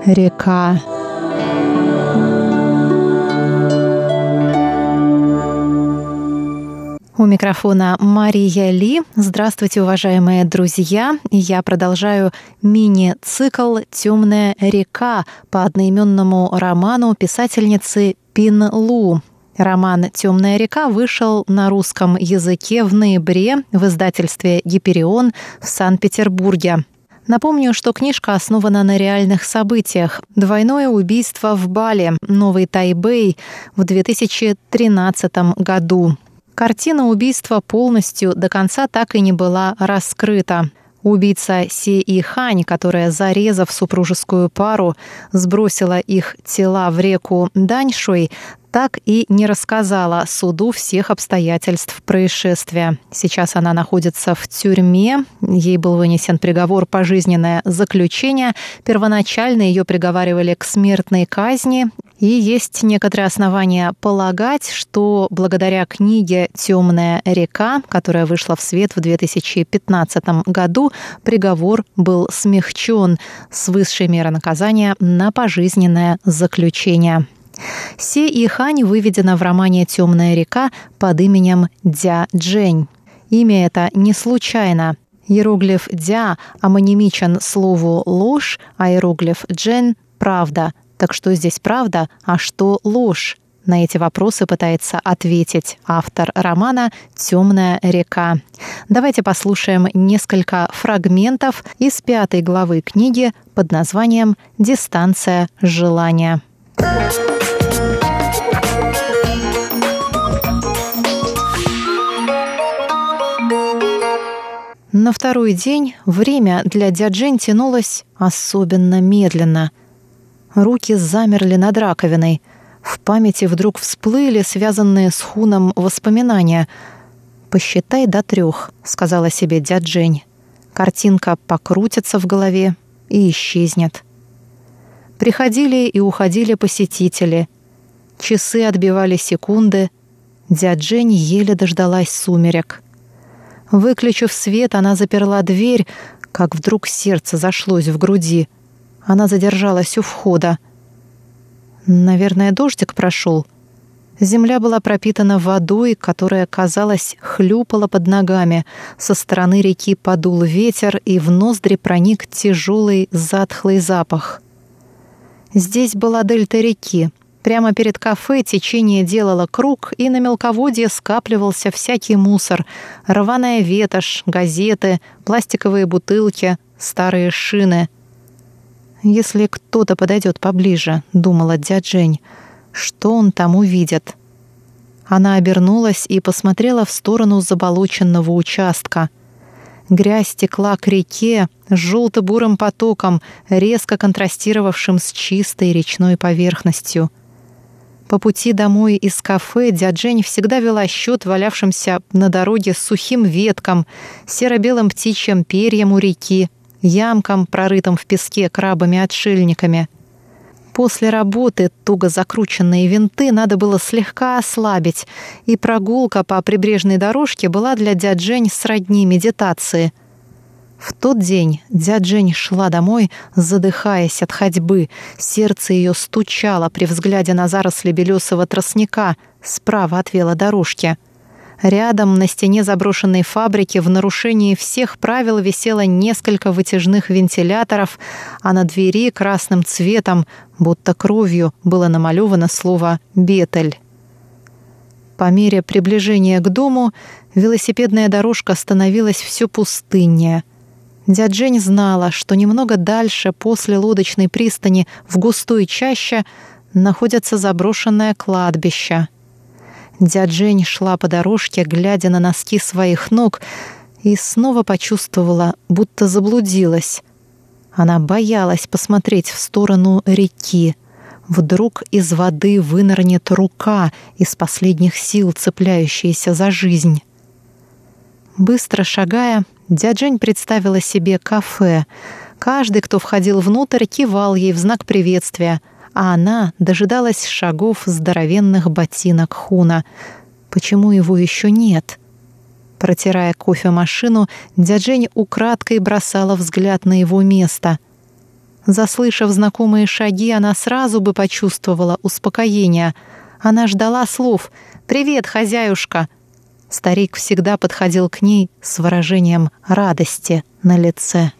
Река. У микрофона Мария Ли. Здравствуйте, уважаемые друзья. Я продолжаю мини-цикл «Темная река» по одноименному роману писательницы Пин Лу. Роман «Темная река» вышел на русском языке в ноябре в издательстве «Гиперион» в Санкт-Петербурге. Напомню, что книжка основана на реальных событиях. Двойное убийство в Бали, Новый Тайбэй, в 2013 году. Картина убийства полностью до конца так и не была раскрыта. Убийца Се И Хань, которая, зарезав супружескую пару, сбросила их тела в реку Даньшуй, так и не рассказала суду всех обстоятельств происшествия. Сейчас она находится в тюрьме. Ей был вынесен приговор пожизненное заключение. Первоначально ее приговаривали к смертной казни. И есть некоторые основания полагать, что благодаря книге «Темная река», которая вышла в свет в 2015 году, приговор был смягчен с высшей меры наказания на пожизненное заключение. Се И Хань выведена в романе «Темная река» под именем Дя Джень. Имя это не случайно. Иероглиф «дя» амонимичен слову «ложь», а иероглиф «джень» — «правда». Так что здесь правда, а что ложь? На эти вопросы пытается ответить автор романа «Темная река». Давайте послушаем несколько фрагментов из 5 главы книги под названием «Дистанция желания». На второй день время для Дя Джень тянулось особенно медленно. Руки замерли над раковиной. В памяти вдруг всплыли связанные с Хуном воспоминания. «Посчитай до 3», — сказала себе Дя Джень. Картинка покрутится в голове и исчезнет. Приходили и уходили посетители. Часы отбивали секунды. Дя Джень еле дождалась сумерек. Выключив свет, она заперла дверь, как вдруг сердце зашлось в груди. Она задержалась у входа. Наверное, дождик прошел. Земля была пропитана водой, которая, казалось, хлюпала под ногами. Со стороны реки подул ветер, и в ноздри проник тяжелый затхлый запах. Здесь была дельта реки. Прямо перед кафе течение делало круг, и на мелководье скапливался всякий мусор. Рваная ветошь, газеты, пластиковые бутылки, старые шины. «Если кто-то подойдет поближе», — думала Дя Джень, — «что он там увидит?» Она обернулась и посмотрела в сторону заболоченного участка. Грязь текла к реке желто-бурым потоком, резко контрастировавшим с чистой речной поверхностью. По пути домой из кафе Дя Джень всегда вела счет валявшимся на дороге сухим веткам, серо-белым птичьим перьям у реки, ямкам, прорытым в песке крабами-отшельниками. После работы туго закрученные винты надо было слегка ослабить, и прогулка по прибрежной дорожке была для Дя Джень сродни медитации. В тот день Дя Джень шла домой, задыхаясь от ходьбы. Сердце ее стучало при взгляде на заросли белесого тростника справа от велодорожки. Рядом на стене заброшенной фабрики в нарушении всех правил висело несколько вытяжных вентиляторов, а на двери красным цветом, будто кровью, было намалевано слово «Бетель». По мере приближения к дому велосипедная дорожка становилась все пустыннее. Дя Джень знала, что немного дальше, после лодочной пристани, в густой чаще, находится заброшенное кладбище. Дя Джень шла по дорожке, глядя на носки своих ног, и снова почувствовала, будто заблудилась. Она боялась посмотреть в сторону реки. Вдруг из воды вынырнет рука, из последних сил цепляющаяся за жизнь. Быстро шагая, Дя Джень представила себе кафе. Каждый, кто входил внутрь, кивал ей в знак приветствия, а она дожидалась шагов здоровенных ботинок Хуна. Почему его еще нет? Протирая кофемашину, Дя Джень украдкой бросала взгляд на его место. Заслышав знакомые шаги, она сразу бы почувствовала успокоение. Она ждала слов «Привет, хозяюшка!». Старик всегда подходил к ней с выражением радости на лице.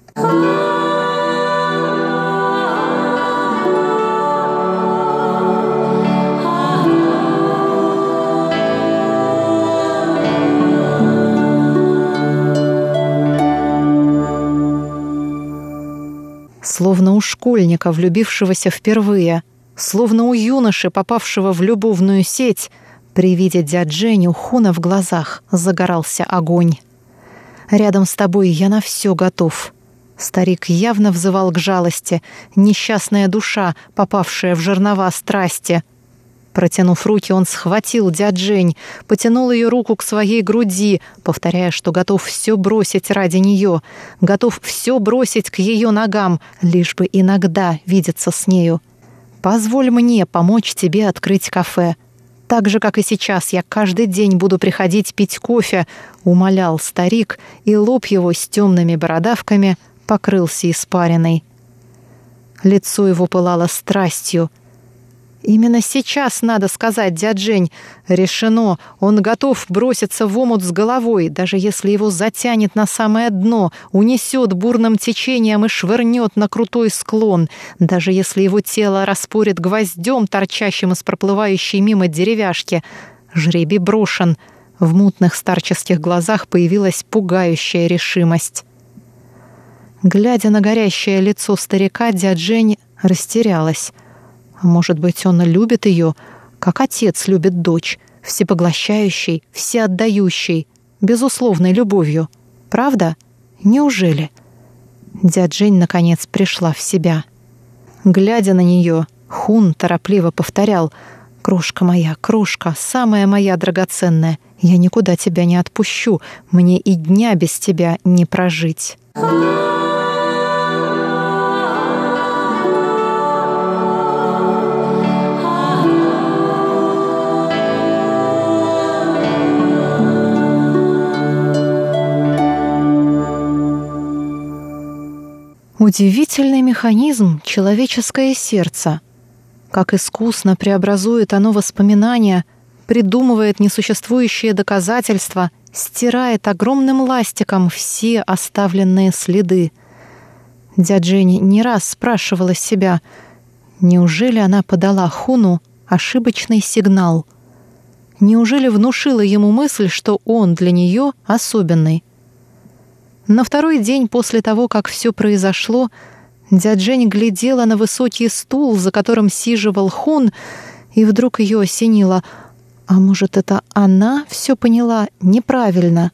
Словно у школьника, влюбившегося впервые, словно у юноши, попавшего в любовную сеть, при виде дяджень у Хуна в глазах загорался огонь. «Рядом с тобой я на все готов». Старик явно взывал к жалости, несчастная душа, попавшая в жернова страсти. Протянув руки, он схватил дяджень, потянул ее руку к своей груди, повторяя, что готов все бросить ради нее, готов все бросить к ее ногам, лишь бы иногда видеться с нею. «Позволь мне помочь тебе открыть кафе. Так же, как и сейчас, я каждый день буду приходить пить кофе», — умолял старик, и лоб его с темными бородавками покрылся испариной. Лицо его пылало страстью. Именно сейчас надо сказать дяджень. Решено, он готов броситься в омут с головой, даже если его затянет на самое дно, унесет бурным течением и швырнет на крутой склон, даже если его тело распорит гвоздем, торчащим из проплывающей мимо деревяшки. Жребий брошен. В мутных старческих глазах появилась пугающая решимость. Глядя на горящее лицо старика, дяджень растерялась. Может быть, он любит ее, как отец любит дочь, всепоглощающей, всеотдающей, безусловной любовью. Правда? Неужели? Дяджень, наконец, пришла в себя. Глядя на нее, Хун торопливо повторял: «Крошка моя, крошка, самая моя драгоценная, я никуда тебя не отпущу, мне и дня без тебя не прожить». Удивительный механизм — человеческое сердце. Как искусно преобразует оно воспоминания, придумывает несуществующие доказательства, стирает огромным ластиком все оставленные следы. Дяджень не раз спрашивала себя, неужели она подала Хуну ошибочный сигнал? Неужели внушила ему мысль, что он для нее особенный? На второй день после того, как все произошло, дяджень глядела на высокий стул, за которым сиживал Хун, и вдруг ее осенило: а может, это она все поняла неправильно?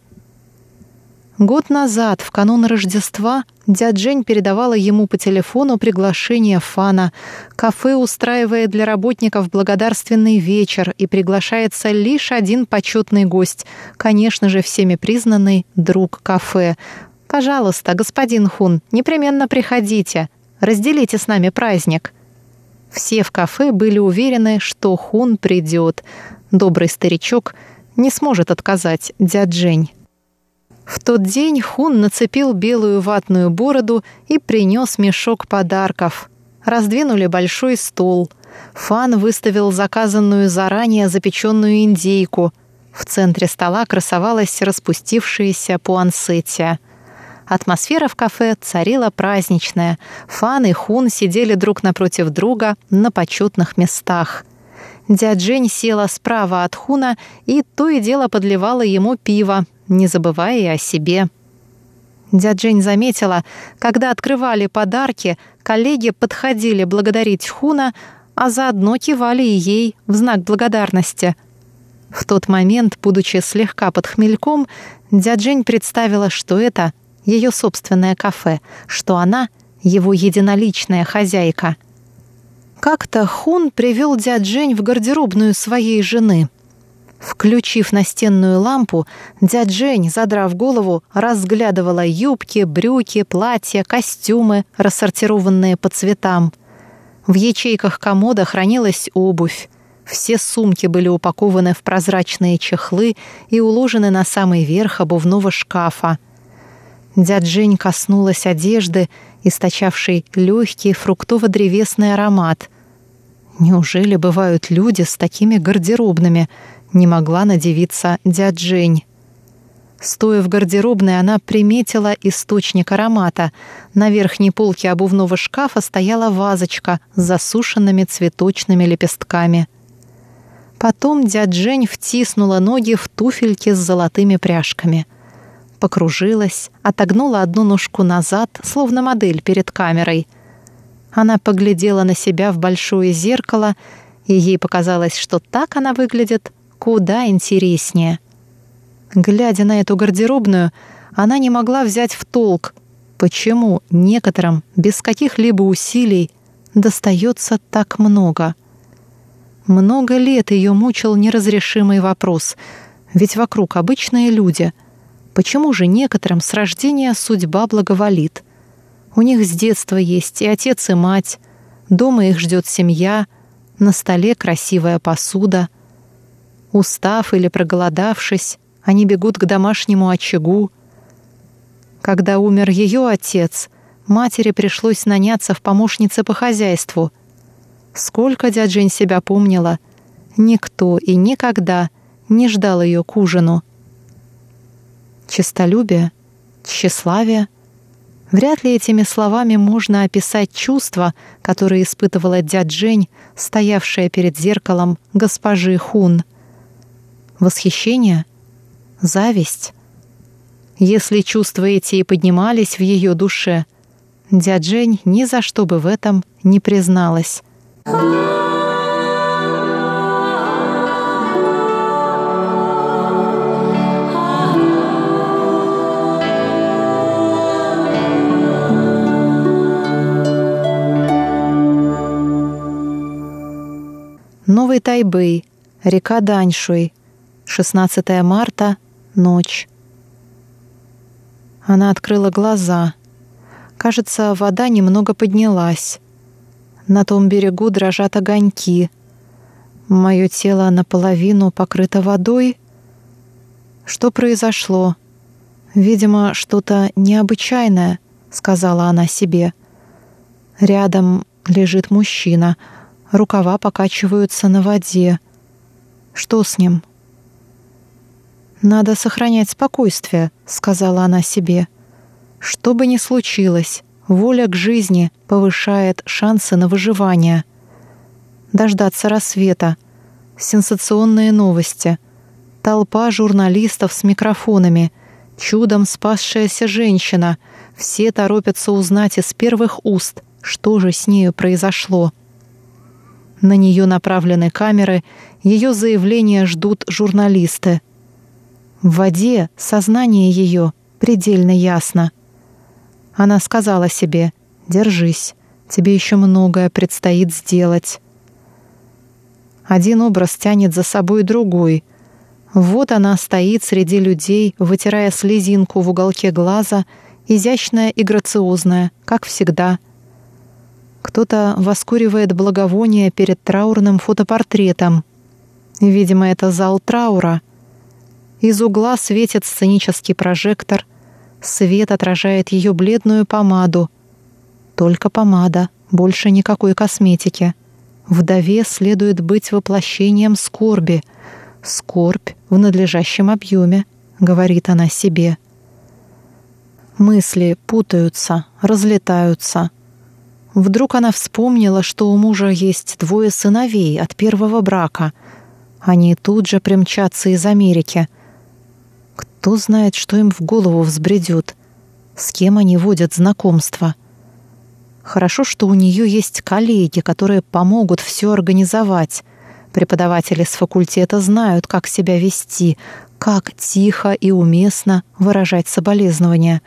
Год назад, в канун Рождества, дяджень передавала ему по телефону приглашение Фана. Кафе устраивает для работников благодарственный вечер, и приглашается лишь один почетный гость, конечно же, всеми признанный друг кафе. «Пожалуйста, господин Хун, непременно приходите, разделите с нами праздник». Все в кафе были уверены, что Хун придет. Добрый старичок не сможет отказать дяджень. В тот день Хун нацепил белую ватную бороду и принес мешок подарков. Раздвинули большой стол. Фан выставил заказанную заранее запеченную индейку. В центре стола красовалась распустившаяся пуансетия. Атмосфера в кафе царила праздничная. Фан и Хун сидели друг напротив друга на почетных местах. Дяджень села справа от Хуна и то и дело подливала ему пиво, не забывая и о себе. Дяджень заметила, когда открывали подарки, коллеги подходили благодарить Хуна, а заодно кивали и ей в знак благодарности. В тот момент, будучи слегка под хмельком, дяджень представила, что это ее собственное кафе, что она его единоличная хозяйка. Как-то Хун привел дяджень в гардеробную своей жены. Включив настенную лампу, дяджень, задрав голову, разглядывала юбки, брюки, платья, костюмы, рассортированные по цветам. В ячейках комода хранилась обувь. Все сумки были упакованы в прозрачные чехлы и уложены на самый верх обувного шкафа. Дяджень коснулась одежды источавший легкий фруктово-древесный аромат. Неужели бывают люди с такими гардеробными? Не могла надивиться Дяджень. Стоя в гардеробной, она приметила источник аромата. На верхней полке обувного шкафа стояла вазочка с засушенными цветочными лепестками. Потом Дяджень втиснула ноги в туфельки с золотыми пряжками. Покружилась, отогнула одну ножку назад, словно модель перед камерой. Она поглядела на себя в большое зеркало, и ей показалось, что так она выглядит куда интереснее. Глядя на эту гардеробную, она не могла взять в толк, почему некоторым без каких-либо усилий достается так много. Много лет ее мучил неразрешимый вопрос, ведь вокруг обычные люди. Почему же некоторым с рождения судьба благоволит? У них с детства есть и отец, и мать, дома их ждет семья, на столе красивая посуда. Устав или проголодавшись, они бегут к домашнему очагу. Когда умер ее отец, матери пришлось наняться в помощнице по хозяйству. Сколько Дяджень себя помнила, никто и никогда не ждал ее к ужину. Честолюбие, тщеславие. Вряд ли этими словами можно описать чувства, которые испытывала Дяджень, стоявшая перед зеркалом госпожи Хун. Восхищение? Зависть? Если чувства эти и поднимались в ее душе, Дяджень ни за что бы в этом не призналась. Новый Тайбэй, река Даньшуй, 16 марта, ночь. Она открыла глаза. Кажется, вода немного поднялась. На том берегу дрожат огоньки. Мое тело наполовину покрыто водой. Что произошло? Видимо, что-то необычайное, сказала она себе. Рядом лежит мужчина. Рукава покачиваются на воде. Что с ним? «Надо сохранять спокойствие», — сказала она себе. «Что бы ни случилось, воля к жизни повышает шансы на выживание». Дождаться рассвета, сенсационные новости, толпа журналистов с микрофонами, чудом спасшаяся женщина. Все торопятся узнать из первых уст, что же с нею произошло. На нее направлены камеры, ее заявления ждут журналисты. В воде сознание ее предельно ясно. Она сказала себе: «Держись, тебе еще многое предстоит сделать». Один образ тянет за собой другой. Вот она стоит среди людей, вытирая слезинку в уголке глаза, изящная и грациозная, как всегда. Кто-то воскуривает благовоние перед траурным фотопортретом. Видимо, это зал траура. Из угла светит сценический прожектор. Свет отражает ее бледную помаду. Только помада, больше никакой косметики. Вдове следует быть воплощением скорби. Скорбь в надлежащем объеме, говорит она себе. Мысли путаются, разлетаются. Вдруг она вспомнила, что у мужа есть 2 сыновей от первого брака. Они тут же примчатся из Америки. Кто знает, что им в голову взбредет, с кем они водят знакомства. Хорошо, что у нее есть коллеги, которые помогут все организовать. Преподаватели с факультета знают, как себя вести, как тихо и уместно выражать соболезнования.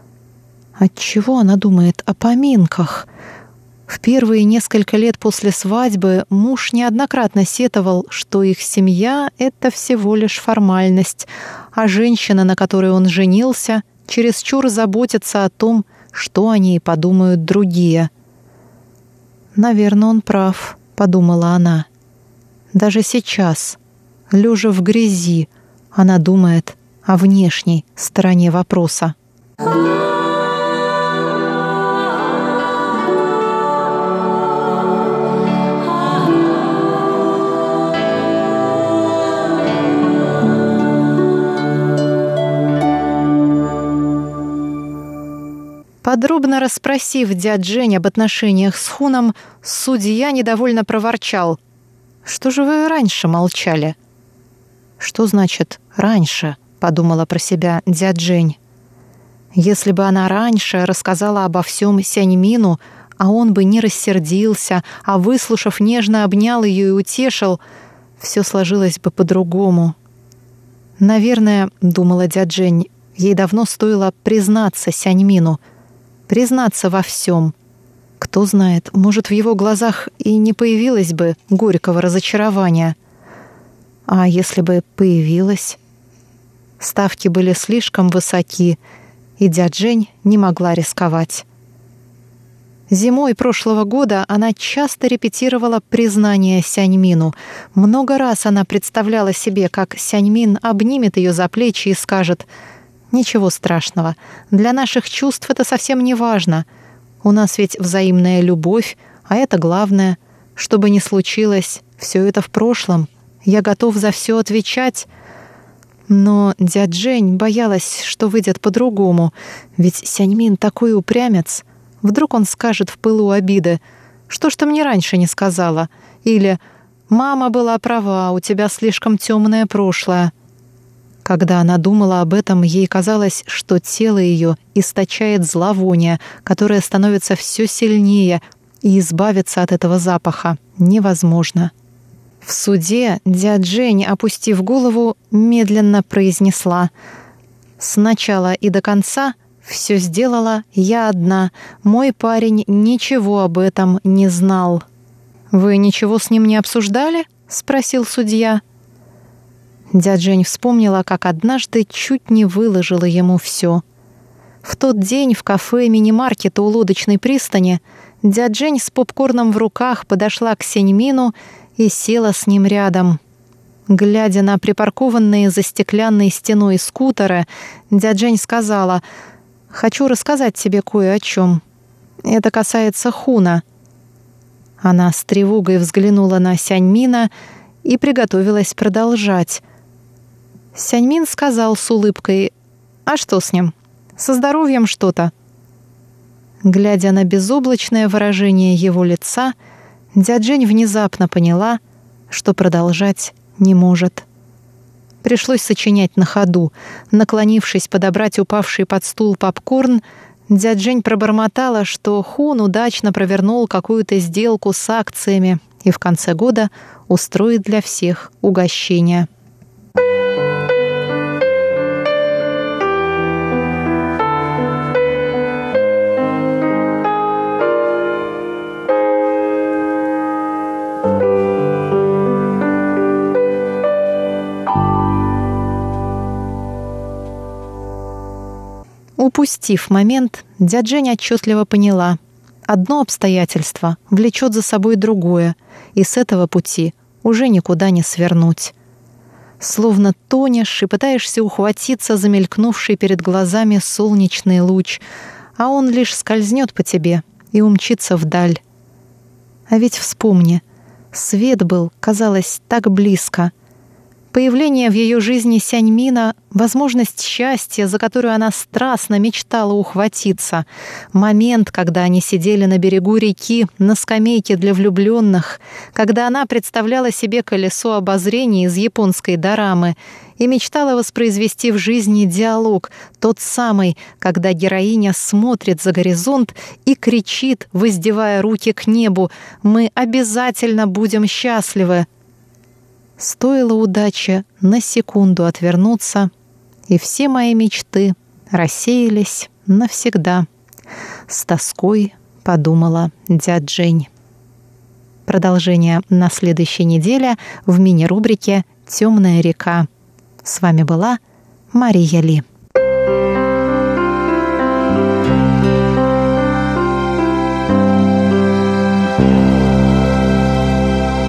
Отчего она думает о поминках? В первые несколько лет после свадьбы муж неоднократно сетовал, что их семья — это всего лишь формальность, а женщина, на которой он женился, чересчур заботится о том, что о ней подумают другие. «Наверное, он прав», — подумала она. Даже сейчас, лежа в грязи, она думает о внешней стороне вопроса. Подробно расспросив дядь Жень об отношениях с Хуном, судья недовольно проворчал: «Что же вы раньше молчали?» «Что значит «раньше»?» — подумала про себя дядь Жень. Если бы она раньше рассказала обо всем Сяньмину, а он бы не рассердился, а, выслушав, нежно обнял ее и утешил, все сложилось бы по-другому. Наверное, думала дядь Жень, ей давно стоило признаться Сяньмину, признаться во всем. Кто знает, может, в его глазах и не появилось бы горького разочарования. А если бы появилось? Ставки были слишком высоки, и дядь Жень не могла рисковать. Зимой прошлого года она часто репетировала признание Сяньмину. Много раз она представляла себе, как Сяньмин обнимет ее за плечи и скажет: «Ничего страшного, для наших чувств это совсем не важно. У нас ведь взаимная любовь, а это главное. Что бы ни случилось, все это в прошлом. Я готов за все отвечать». Но дядь Жень боялась, что выйдет по-другому, ведь Сяньмин такой упрямец. Вдруг он скажет в пылу обиды: «Что ж ты мне раньше не сказала?» Или «Мама была права, у тебя слишком темное прошлое». Когда она думала об этом, ей казалось, что тело ее источает зловоние, которое становится все сильнее, и избавиться от этого запаха невозможно. В суде дядь Жень, опустив голову, медленно произнесла: «Сначала и до конца все сделала я одна. Мой парень ничего об этом не знал». «Вы ничего с ним не обсуждали?» — спросил судья. Дядь Жень вспомнила, как однажды чуть не выложила ему все. В тот день в кафе мини-маркета у лодочной пристани дядь Жень с попкорном в руках подошла к Сяньмину и села с ним рядом. Глядя на припаркованные за стеклянной стеной скутеры, дядь Жень сказала: «Хочу рассказать тебе кое о чем. Это касается Хуна». Она с тревогой взглянула на Сяньмина и приготовилась продолжать. Сяньмин сказал с улыбкой: «А что с ним? Со здоровьем что-то?» Глядя на безоблачное выражение его лица, дядь Жень внезапно поняла, что продолжать не может. Пришлось сочинять на ходу. Наклонившись подобрать упавший под стул попкорн, дядь Жень пробормотала, что Хун удачно провернул какую-то сделку с акциями и в конце года устроит для всех угощение. Упустив момент, дядь Жень отчетливо поняла: одно обстоятельство влечет за собой другое, и с этого пути уже никуда не свернуть. Словно тонешь и пытаешься ухватиться за мелькнувший перед глазами солнечный луч, а он лишь скользнет по тебе и умчится вдаль. А ведь вспомни, свет был, казалось, так близко. Появление в ее жизни Сяньмина — возможность счастья, за которую она страстно мечтала ухватиться. Момент, когда они сидели на берегу реки, на скамейке для влюбленных, когда она представляла себе колесо обозрения из японской дорамы и мечтала воспроизвести в жизни диалог, тот самый, когда героиня смотрит за горизонт и кричит, воздевая руки к небу: «Мы обязательно будем счастливы!» Стоило удаче на секунду отвернуться, и все мои мечты рассеялись навсегда. С тоской подумала дядь Жень. Продолжение на следующей неделе в мини-рубрике «Темная река». С вами была Мария Ли.